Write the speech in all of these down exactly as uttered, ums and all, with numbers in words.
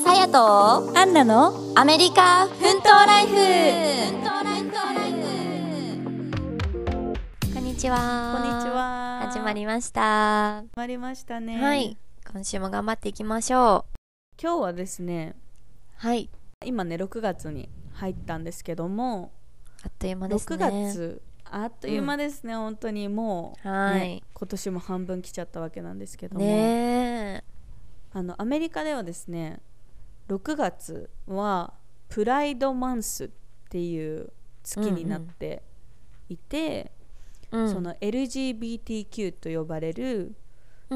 さやとアンナのアメリカ奮闘ライフ。こんにちは。 こんにちは。 始まりました。 始まりましたね。 はい、今週も頑張っていきましょう。 今日はですね、 はい、 今ねろくがつに入ったんですけども、 あっという間ですね。 ろくがつあっという間ですね、うん、本当にもう、 はい、 ね、今年も半分来ちゃったわけなんですけども、 ね、 あのアメリカではですね、ろくがつはプライドマンスっていう月になっていて、うんうん、その エルジービーティーキュー と呼ばれる、うん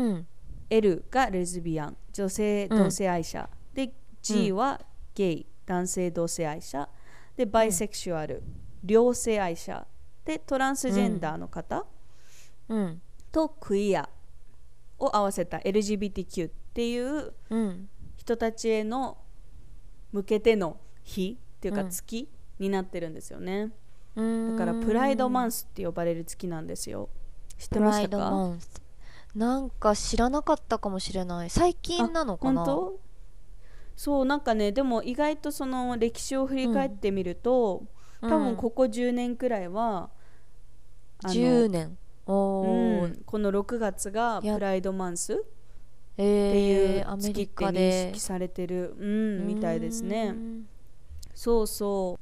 、L がレズビアン、女性同性愛者、うん、で G はゲイ、男性同性愛者で、バイセクシュアル、うん、両性愛者で、トランスジェンダーの方、うん、とクイアを合わせた エルジービーティーキュー っていう人たちへの向けての日っていうか月になってるんですよね、うん、だからプライドマンスって呼ばれる月なんですよ。知ってましたか？ プライドマンス、なんか知らなかったかもしれない。最近なのかな？ 本当？そう、なんかね、でも意外とその歴史を振り返ってみると、うん、多分ここじゅうねんくらいは、 うん、じゅうねん、おー、 うん、このろくがつがプライドマンスっていう月って認識されてる、うん、みたいですね。そうそう、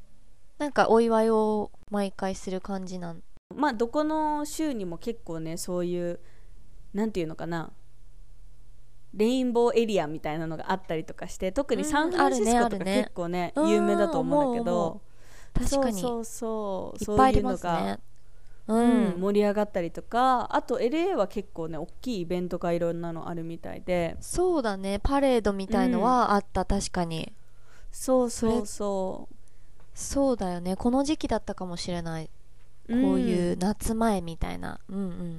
なんかお祝いを毎回する感じなん。 まあどこの州にも結構ね、そういうなんていうのかな、レインボーエリアみたいなのがあったりとかして、特にサンフランシスコとか結構ね、うん、有名だと思うんだけど、 確かにそうそうそう、 いっぱいありますね。 うん、うん、盛り上がったりとか、あと エルエー は結構ね大きいイベントがいろんなのあるみたいで。 そうだね、パレードみたいのはあった、うん、確かに。 そうそうそう、 そうだよね、この時期だったかもしれない、こういう夏前みたいな、うんうん、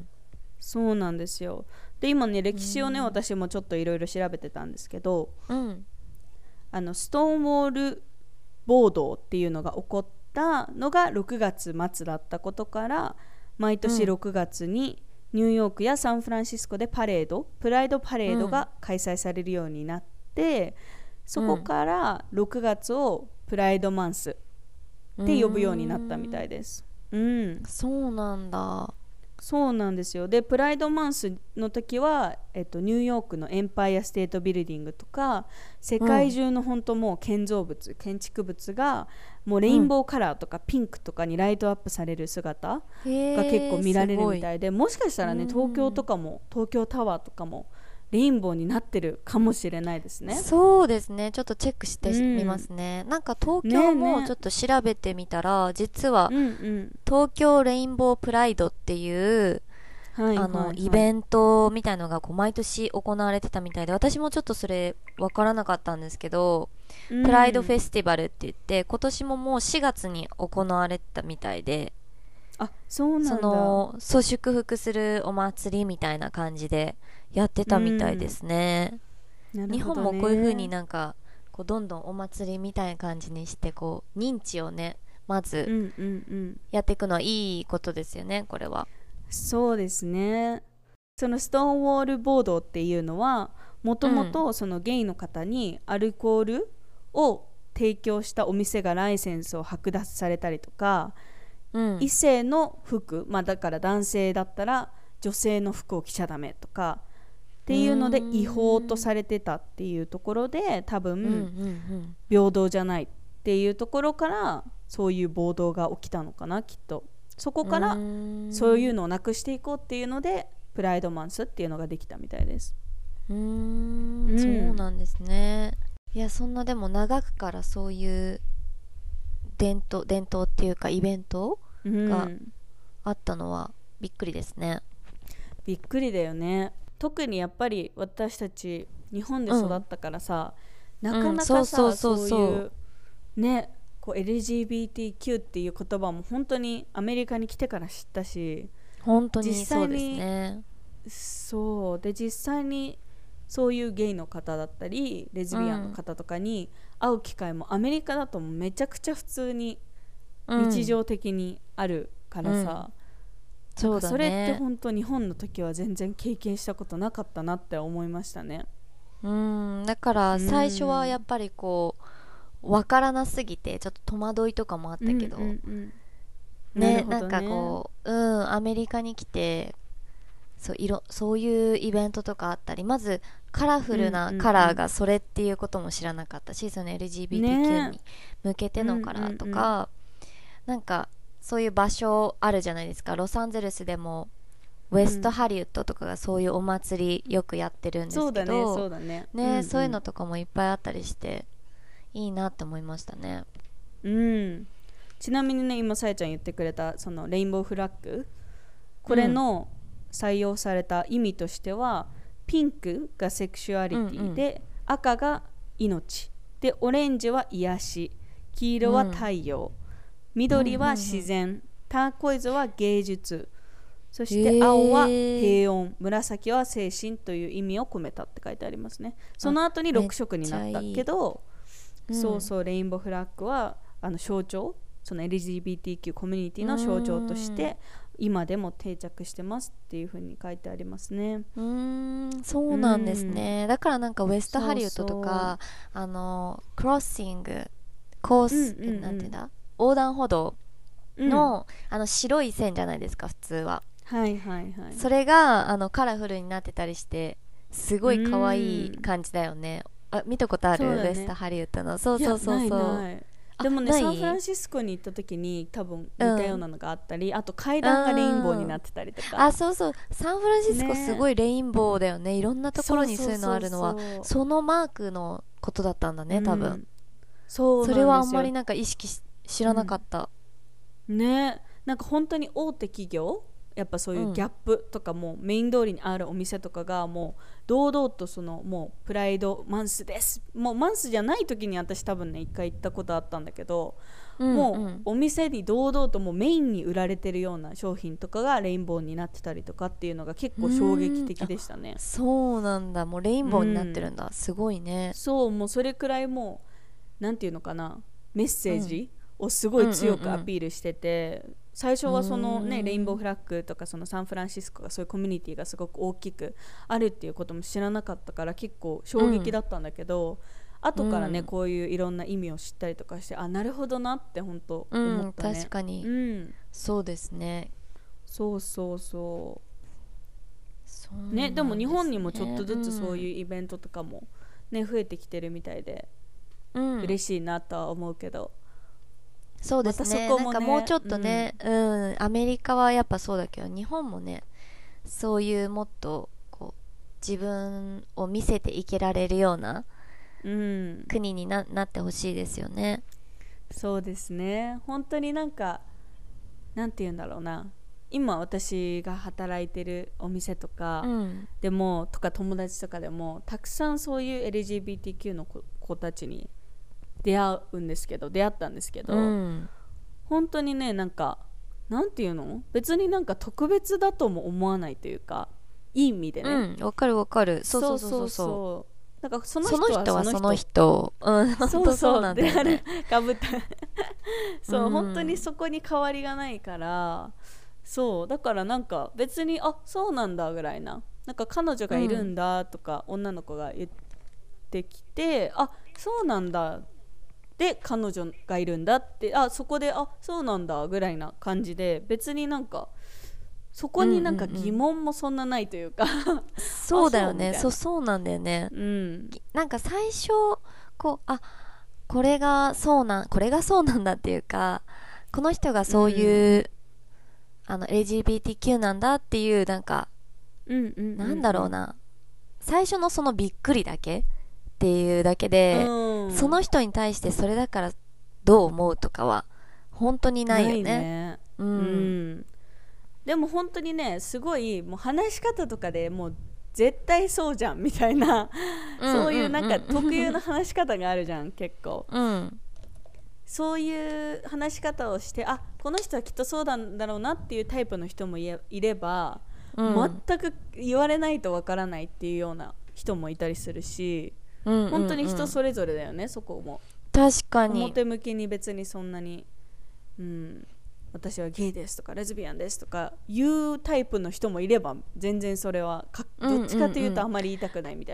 そうなんですよ。で今ね歴史をね、私もちょっといろいろ調べてたんですけど、うん、あのストーンウォール暴動っていうのが起こったのがろくがつ末だったことから、毎年ろくがつにニューヨークやサンフランシスコでパレード、プライドパレードが開催されるようになって、うん、そこからろくがつをプライドマンスって呼ぶようになったみたいです。うん、 そうなんだ。 そうなんですよ。でプライドマンスの時は、えっと、ニューヨークのエンパイアステートビルディングとか世界中の本当もう建造物、うん、建築物がもうレインボーカラーとかピンクとかにライトアップされる姿が結構見られるみたいで、もしかしたらね東京とかも、東京タワーとかもレインボーになってるかもしれないですね。 そうですね、ちょっとチェックしてみますね、うん、なんか東京もちょっと調べてみたら、ねね、実は、うんうん、東京レインボープライドっていう、はいはいはい、あのイベントみたいのがこう毎年行われてたみたいで、私もちょっとそれ分からなかったんですけど、うん、プライドフェスティバルって言って今年ももうしがつに行われてたみたいで、 あ、そうなんだ。 そのそう祝福するお祭りみたいな感じでやってたみたいですね、うん、なるほどね。日本もこういう風になんかこうどんどんお祭りみたいな感じにしてこう認知をねまずやっていくのはいいことですよね、これは。 そうですね。そのストーンウォール暴動っていうのはもともとそのゲイの方にアルコールを提供したお店がライセンスを剥奪されたりとか、うん、異性の服、まあ、だから男性だったら女性の服を着ちゃダメとかっていうので違法とされてたっていうところで、多分平等じゃないっていうところからそういう暴動が起きたのかな、きっと。そこからそういうのをなくしていこうっていうのでプライドマンスっていうのができたみたいです。 うーん、うん、そうなんですね。いや、そんなでも長くからそういう伝統伝統っていうかイベントがあったのはびっくりですね、 うん、びっくりだよね。特にやっぱり私たち日本で育ったからさ、うん、なかなかさ、うん、そうそうそうそう、そういうね、こう エルジービーティーキュー っていう言葉も本当にアメリカに来てから知ったし、 本当にそうですね。 そうで、実際にそういうゲイの方だったりレズビアンの方とかに会う機会もアメリカだとめちゃくちゃ普通に日常的にあるからさ、うんうん、そうだね、それって本当日本の時は全然経験したことなかったなって思いましたね。 うんだから最初はやっぱりこうわからなすぎてちょっと戸惑いとかもあったけど、うんうんうん、ね、な, ねなんかこう、うん、アメリカに来てそういろそういうイベントとかあったり、まずカラフルなカラーがそれっていうことも知らなかったし、うんうんうん、その エルジービーティーキュー に向けてのカラーとか、ね、うんうんうん、なんかそういう場所あるじゃないですか。ロサンゼルスでもウエストハリウッドとかがそういうお祭りよくやってるんですけど、そうだねそうだね、ね、うんうん、そういうのとかもいっぱいあったりしていいなって思いましたね。 うん、ちなみにね、今さやちゃん言ってくれたそのレインボーフラッグ、これの採用された意味としては、うん、ピンクがセクシュアリティで、うんうん、赤が命で、オレンジは癒し、黄色は太陽、うん、緑は自然、うんうんうん、ターコイズは芸術、そして青は平穏、紫は精神という意味を込めたって書いてありますね。その後にろく色になったけど、いい、うん、そうそう、レインボーフラッグはあの象徴、その エルジービーティーキュー コミュニティの象徴として今でも定着してますっていう風に書いてありますね。 うーん、そうなんですね。だからなんかウエストハリウッドとか、そうそう、あのクロッシングコース、うんうんうん、なんていうんだ、横断歩道の、うん、あの白い線じゃないですか普通は。 はいはいはい、 それがあのカラフルになってたりしてすごい可愛い感じだよね。あ、見たことある、ね、ウエストハリウッドの。そうそうそうそう。 ないない、でもね、サンフランシスコに行った時に多分似たようなのがあったり、うん、あと階段がレインボーになってたりとか。 あ、そうそう、サンフランシスコすごいレインボーだよね。いろんなところにそういうのあるのはそのマークのことだったんだね多分、うん、そうなんですよ。それはあんまりなんか意識し知らなかった、 うん、ね、なんか本当に大手企業やっぱそういうギャップとかもメイン通りにあるお店とかがもう堂々とそのもうプライドマンスです、もうマンスじゃない時に私多分ね一回行ったことあったんだけど、うんうん、もうお店に堂々ともうメインに売られてるような商品とかがレインボーになってたりとかっていうのが結構衝撃的でしたね。 そうなんだ、もうレインボーになってるんだ、うん、すごいね。 そう、もうそれくらいもうなんていうのかな、メッセージをすごい強くアピールしてて、うんうんうん、最初はそのねレインボーフラッグとかそのサンフランシスコがそういうコミュニティがすごく大きくあるっていうことも知らなかったから結構衝撃だったんだけど、うん、後からね、うん、こういういろんな意味を知ったりとかして、あ、なるほどなって本当思ったね、 うん、確かに、うん、そうですね。 そうそうそうそうね。でも日本にもちょっとずつそういうイベントとかもね増えてきてるみたいで、うん、嬉しいなとは思うけど、 そうですね、ま、そこもね、なんかもうちょっとね、うん、うん、アメリカはやっぱそうだけど日本もねそういうもっとこう自分を見せていけられるような、うん、国に な, なってほしいですよね。 そうですね、本当になんかなんて言うんだろうな、今私が働いてるお店とか、うん、でもとか友達とかでもたくさんそういう エルジービーティーキュー の 子, 子たちに出会うんですけど出会ったんですけど、うん、本当にね、なんかなんていうの、別になんか特別だとも思わないというか、いい意味でね。 うん、わかるわかる。そうそうそうそう。なんかその人はその人、その人、うん、そうそうそうなんだよね。 かぶったそう、うん、本当にそこに変わりがないから、そうだからなんか別にあそうなんだぐらいな、なんか彼女がいるんだとか、うん、女の子が言ってきて、あそうなんだ。で彼女がいるんだって、あそこであそうなんだぐらいな感じで、別になんかそこになんか疑問もそんなないというか、うんうんうん、 そうだよね、そうそうなんだよね、うん、なんか最初こうあこれがそうなんこれがそうなんだっていうか、この人がそういう、うん、あの エルジービーティーキュー なんだっていうなんか、うんうんうんうん、なんだろうな、最初のそのびっくりだけっていうだけで、うん、その人に対してそれだからどう思うとかは本当にないよね。ないね、うん、うん、 でも本当にね、すごいもう話し方とかでもう絶対そうじゃんみたいな、うん、そういうなんか特有の話し方があるじゃん結構、うん、そういう話し方をして、あこの人はきっとそうなんだろうなっていうタイプの人もいれば、うん、全く言われないとわからないっていうような人もいたりするし、うんうんうん、本当に人それぞれだよね、そこも。 確かに表向きに別にそんなに、うん、私はゲイですとかレズビアンですとかいうタイプの人もいれば、全然それはかどっちかというとあまり言いたくないみたいな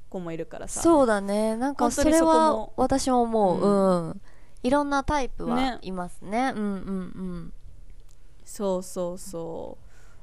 子もいるからさ。 そうだね、なんかそれは私も思う、うん、うん、いろんなタイプはいますね、ね、うんうんうん、 そうそうそう、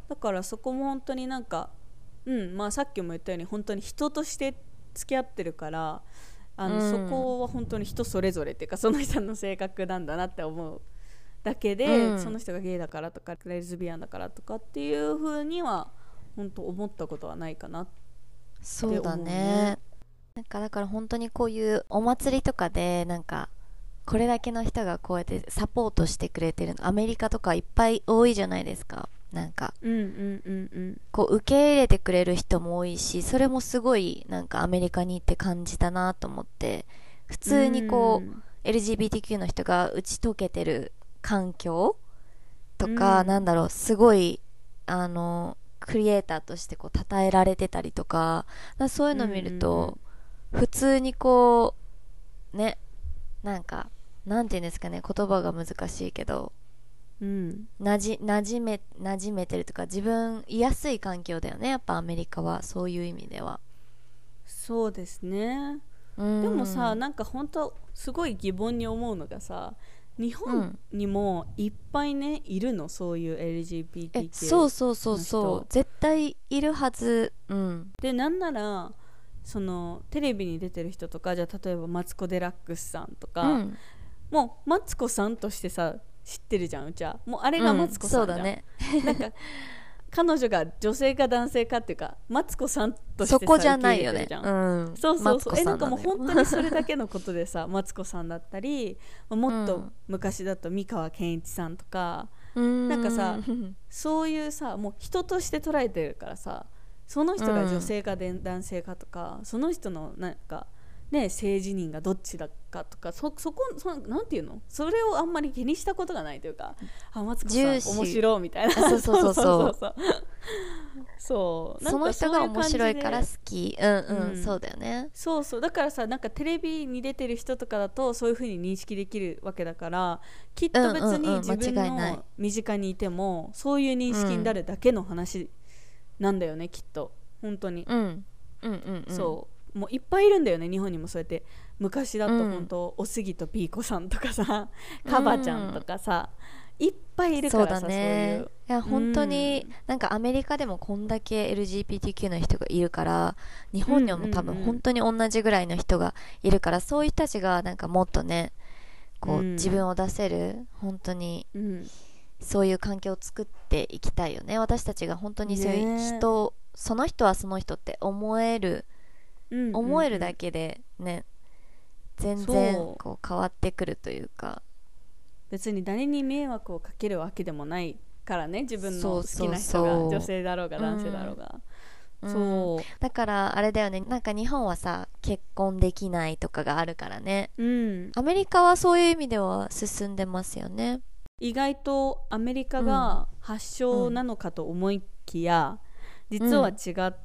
だからそこも本当になんか、うんまあ、さっきも言ったように本当に人として付き合ってるから、あの、うん、そこは本当に人それぞれっていうか、その人の性格なんだなって思うだけで、うん、その人がゲイだからとかレズビアンだからとかっていう風には本当思ったことはないかなって思うね。 そうだね、なんかだから本当にこういうお祭りとかでなんかこれだけの人がこうやってサポートしてくれてるのアメリカとかいっぱい多いじゃないですか。なんか、 うんうんうんうん、 こう受け入れてくれる人も多いし、それもすごいなんかアメリカに行って感じたなと思って、普通にこう、うん、エルジービーティーキュー の人が打ち解けてる環境とか、うん、なんだろう、すごいあのクリエイターとしてこう称えられてたりとか、かそういうのを見ると、うんうんうん、普通にこうね、なんかなんていうんですかね、言葉が難しいけど、うん、なじ、なじめ、なじめてるとか自分居やすい環境だよね、やっぱアメリカはそういう意味では。 そうですね、うん、でもさ、なんか本当すごい疑問に思うのがさ、日本にもいっぱいね、いるの、そういう エルジービーティーキュー の人。 そうそうそうそう、絶対いるはず、うん、 でなんならそのテレビに出てる人とか、じゃあ例えばマツコ・デラックスさんとか、うん、もうマツコさんとしてさ知ってるじゃん、うちはもうあれがマツコさんじゃん、うん、そうだねなんか彼女が女性か男性かっていうかマツコさんとしてさそこじゃないよね、 うん、そうそうそう、えなんかもう本当にそれだけのことでさマツコさんだったり、もっと昔だと三河健一さんとか、うん、なんかさそういうさもう人として捉えてるからさ、その人が女性かで、うん、男性かとか、その人のなんかね、性自認がどっちだかとか、そ, そこそなんていうの、それをあんまり気にしたことがないというか、あマツコさん面白いみたいな、 そうそうそうそうそうそうその人が面白いから好き、うんうん、うん、そうだよね、 そうそう、だからさ、なんかテレビに出てる人とかだとそういう風に認識できるわけだから、きっと別に自分の身近にいてもそういう認識になるだけの話なんだよね、きっと本当に、 うん、うんうんうん、 そうもういっぱいいるんだよね、日本にもそうやって。昔だと本当、うん、おすぎとピーコさんとかさ、カバちゃんとかさ、うん、いっぱいいるからさ、 そうだね、そういう、いや本当に、うん、なんかアメリカでもこんだけ エルジービーティーキュー の人がいるから、日本にも多分本当に同じぐらいの人がいるから、そういう人たちがなんかもっとねこう、うん、自分を出せる本当に、うん、そういう環境を作っていきたいよね。私たちが本当にそういう人、ね、その人はその人って思える、うんうんうん、思えるだけでね、全然こう変わってくるというか、 別に誰に迷惑をかけるわけでもないからね、自分の好きな人が女性だろうが男性だろうが、 うん、そう、だからあれだよね、なんか日本はさ結婚できないとかがあるからね、うん、アメリカはそういう意味では進んでますよね。 意外とアメリカが発祥なのかと思いきや、うん、実は違って、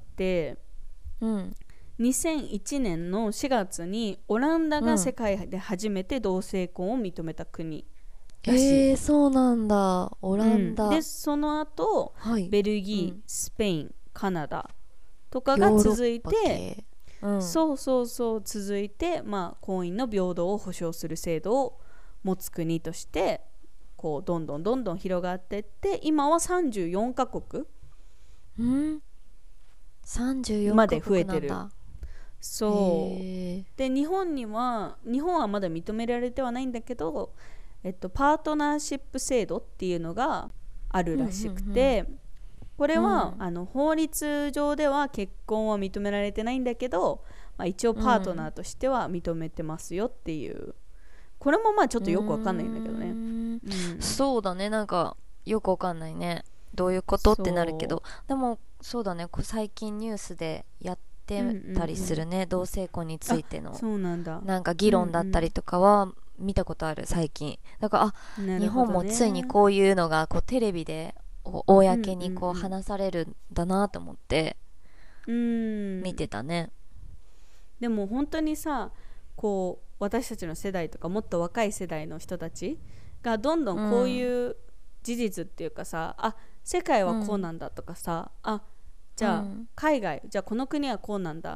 うんうん、にせんいちねんのしがつにオランダが世界で初めて同性婚を認めた国らしい。 えー、そうなんだ、オランダ、 うん、でその後、はい、ベルギー、うん、スペイン、カナダとかが続いて、うん、そうそうそう続いて、まあ、婚姻の平等を保障する制度を持つ国としてこうどんどんどんどん広がっていって、今はさんじゅうよんカ国、うん、 さんじゅうよんカ国まで増えてる。そうで、日本には日本はまだ認められてはないんだけど、えっと、パートナーシップ制度っていうのがあるらしくて、うんうんうん、これは、うん、あの法律上では結婚は認められてないんだけど、まあ、一応パートナーとしては認めてますよっていう、これもまあちょっとよくわかんないんだけどね、うんうん、そうだね、なんかよくわかんないね、どういうことってなるけど、でもそうだね、最近ニュースでやってたりするね、うんうんうん、同性婚についてのそうなんだ、 なんか議論だったりとかは見たことある、最近。だからあ、ね、日本もついにこういうのがこうテレビで公にこう話されるんだなと思って見てたね、 うん、でも本当にさ、こう私たちの世代とかもっと若い世代の人たちがどんどんこういう事実っていうかさ、うん、あ世界はこうなんだとかさ、うん、あじゃあ、うん、海外じゃあこの国はこうなんだっ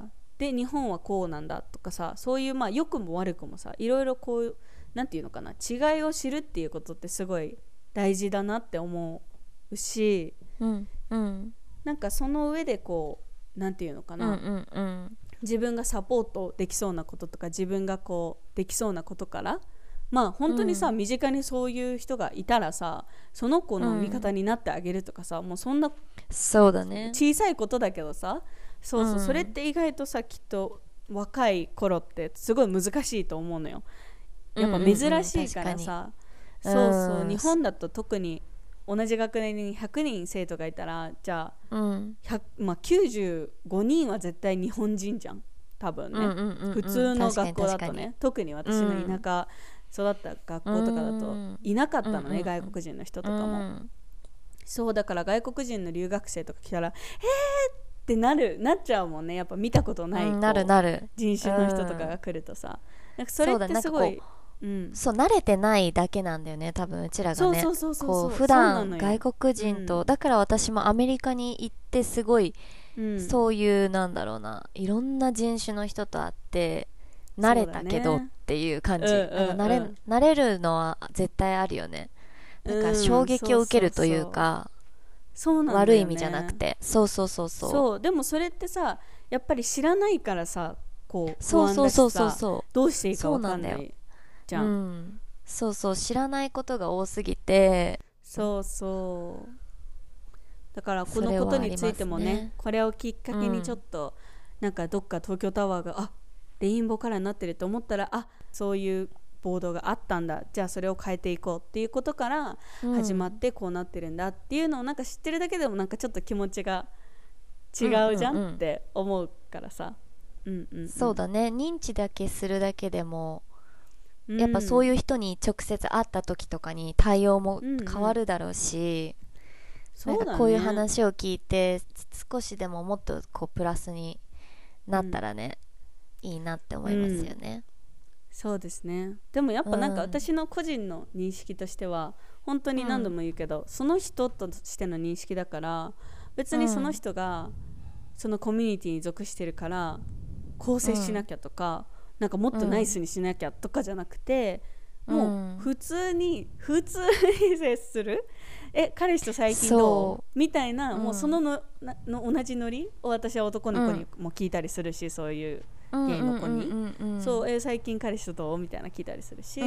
で日本はこうなんだとかさ、そういうまあ良くも悪くもさ、いろいろこうなんていうのかな、違いを知るっていうことってすごい大事だなって思うし、 うんうん、 なんかその上でこうなんていうのかな、 うんうんうん、 自分がサポートできそうなこととか、自分がこうできそうなことから、まあ本当にさ、うん、身近にそういう人がいたらさ、その子の味方になってあげるとかさ、うん、もうそんなそうだね、 小さいことだけどさ、そうそう、うん、それって意外とさ、きっと若い頃ってすごい難しいと思うのよ。やっぱ珍しいからさ、うんうんうん、そうそう、日本だと特に同じ学年にひゃくにん生徒がいたら、じゃあ、うんまあ、きゅうじゅうごにんは絶対日本人じゃん多分ね、うんうんうんうん、普通の学校だとね、特に私の田舎育った学校とかだといなかったのね、うんうん、外国人の人とかも、うん、そうだから外国人の留学生とか来たらえーってなるなっちゃうもんね、やっぱ見たことない、うん、 なるなる人種の人とかが来るとさ、うん、なんかそれってすごいうん、そう慣れてないだけなんだよね多分うちらがね、こう普段外国人と、うん、だから私もアメリカに行ってすごい、うん、そういうなんだろうな、いろんな人種の人と会って慣れたけどっていう感じ、ね、なんか慣れ、うんうん、慣れるのは絶対あるよね、なんか衝撃を受けるというか、 そうそうそう、 悪い意味じゃなくて、そうそうそうそう、 そうでもそれってさ、やっぱり知らないからさ、こう不安だしさ、そうそうそうそう、どうしていいか分かんないじゃん、うん、 そうそう、知らないことが多すぎて、 そうそうだからこのことについても ね, ねこれをきっかけにちょっと、うん、なんかどっか東京タワーがあレインボーカラーになってると思ったら、あそういうボードがあったんだ、じゃあそれを変えていこうっていうことから始まってこうなってるんだっていうのをなんか知ってるだけでもなんかちょっと気持ちが違うじゃんって思うからさ、うんうんうん、 そうだね、認知だけするだけでもやっぱそういう人に直接会った時とかに対応も変わるだろうし、うんうん、なんかこういう話を聞いて少しでももっとこうプラスになったらね、うん、いいなって思いますよね、うん、 そうですね。でもやっぱなんか私の個人の認識としては、本当に何度も言うけど、うん、その人としての認識だから、別にその人がそのコミュニティに属してるから更生しなきゃとか、うんなんかもっとナイスにしなきゃとかじゃなくて、うん、もう普通に普通に接する、え彼氏と最近どうみたいな、うん、もうそののの同じノリを私は男の子にも聞いたりするし、うん、そういうゲイの子に、そうえ最近彼氏とどうみたいな聞いたりするし、うん、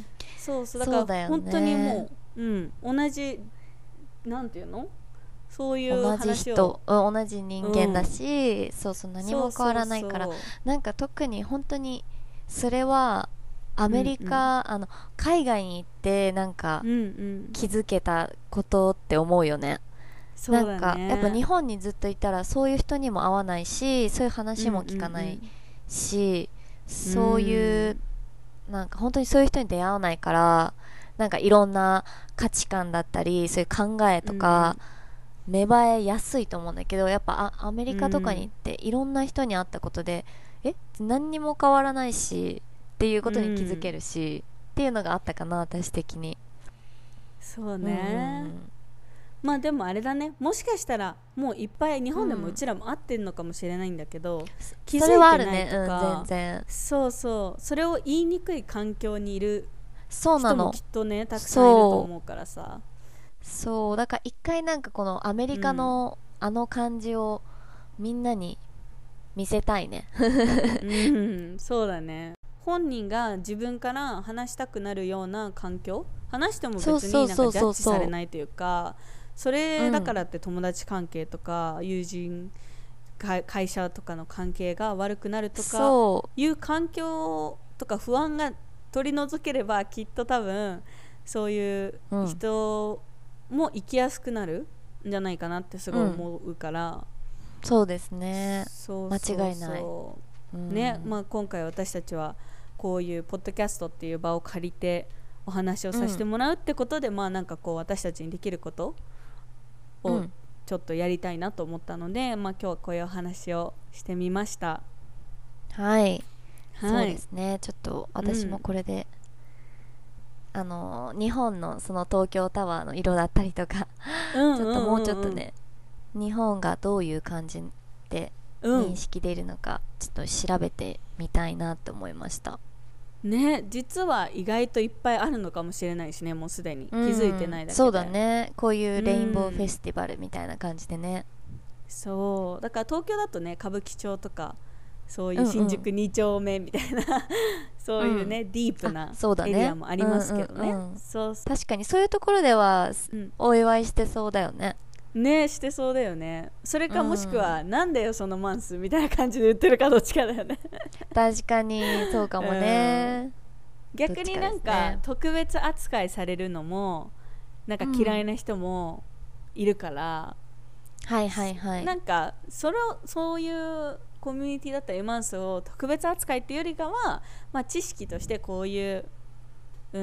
そうそうだから本当にもう、うん、同じなんていうのそういう話を同じ人、同じ人間だし、うん、そうそう何も変わらないから、そうそうそう、なんか特に本当にそれはアメリカ、うんうん、あの海外に行ってなんか気づけたことって思うよね、うんうん、なんかやっぱ日本にずっといたらそういう人にも会わないし、そういう話も聞かないし、うんうんうん、そういうなんか本当にそういう人に出会わないから、なんかいろんな価値観だったりそういう考えとか、うん芽生えやすいと思うんだけど、やっぱアメリカとかに行っていろんな人に会ったことで、うん、え何にも変わらないしっていうことに気づけるし、うん、っていうのがあったかな私的に。 そうね、うん、まあでもあれだね、もしかしたらもういっぱい日本でもうちらも会ってるのかもしれないんだけど、うん、気づいてないとか、それはあるね、うん、全然そうそう、それを言いにくい環境にいる人もきっとねたくさんいると思うからさ、 そうだから一回なんかこのアメリカのあの感じをみんなに見せたいね、 うん、そうだね、本人が自分から話したくなるような環境、話しても別になんかジャッジされないというか、それだからって友達関係とか友人会社とかの関係が悪くなるとかいう環境とか不安が取り除ければ、きっと多分そういう人、うんも生きやすくなるんじゃないかなってすごい思うから、うん、 そうですね、 そうそうそう間違いない、 うんねまあ、今回私たちはこういうポッドキャストっていう場を借りてお話をさせてもらうってことで、うん、まあなんかこう私たちにできることをちょっとやりたいなと思ったので、うんまあ、今日はこういうお話をしてみました。 はい、はい、そうですね、ちょっと私もこれで、うん、あの日本のその東京タワーの色だったりとか、うんうんうんうん、ちょっともうちょっとね日本がどういう感じで認識でいるのか、うん、ちょっと調べてみたいなと思いましたね。実は意外といっぱいあるのかもしれないしね、もうすでに気づいてないだけで、うん、 そうだね。こういうレインボーフェスティバルみたいな感じでね、 うん、そうだから東京だとね歌舞伎町とかそういう新宿に丁目みたいな、うんうん、そういうね、うん、ディープなエリアもありますけどね、 確かにそういうところでは、うん、お祝いしてそうだよね。 ね、してそうだよね。それかもしくは、うん、なんだよそのマンスみたいな感じで言ってるかどっちかだよね確かにそうかもね、 うん、逆になんか特別扱いされるのもなんか嫌いな人もいるから、 うん、はいはいはい、 なんかそれをそういうコミュニティだったらマンスを特別扱いっていうよりかは、まあ、知識としてこういう、うん、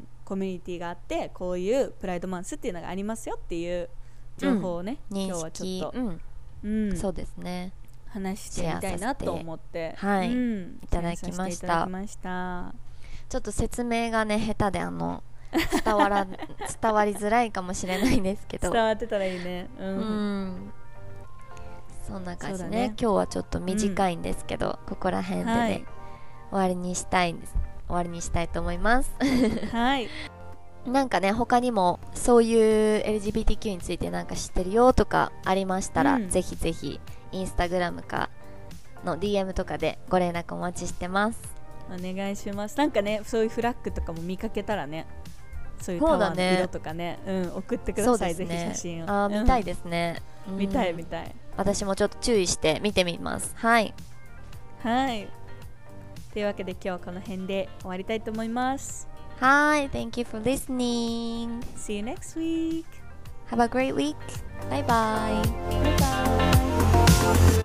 コミュニティがあってこういうプライドマンスっていうのがありますよっていう情報をね、うん、今日はちょっと、うんうん、そうですね、 話してみたいなと思って、 はい、 うん、 いただきました。ちょっと説明がね下手であの伝わら伝わりづらいかもしれないんですけど伝わってたらいいね、うん、うん、 そんな感じ ね, ね今日はちょっと短いんですけど、うん、ここら辺でね、はい、終わりにしたいんです終わりにしたいと思いますはいなんかね他にもそういう エルジービーティーキュー についてなんか知ってるよとかありましたら、うん、ぜひぜひインスタグラムかの ディーエム とかでご連絡お待ちしてます。 お願いします。なんかねそういうフラッグとかも見かけたらねそういうタワーの色とか ね, ね、うん、送ってください、ね、ぜひ写真を。 あ、見たいですね、 うん、見たい見たい。 私もちょっと注意して見てみます。はいはいというわけで今日はこの辺で終わりたいと思います。 Hi, thank you for listening. See you next week. Have a great week. Bye bye. Bye bye.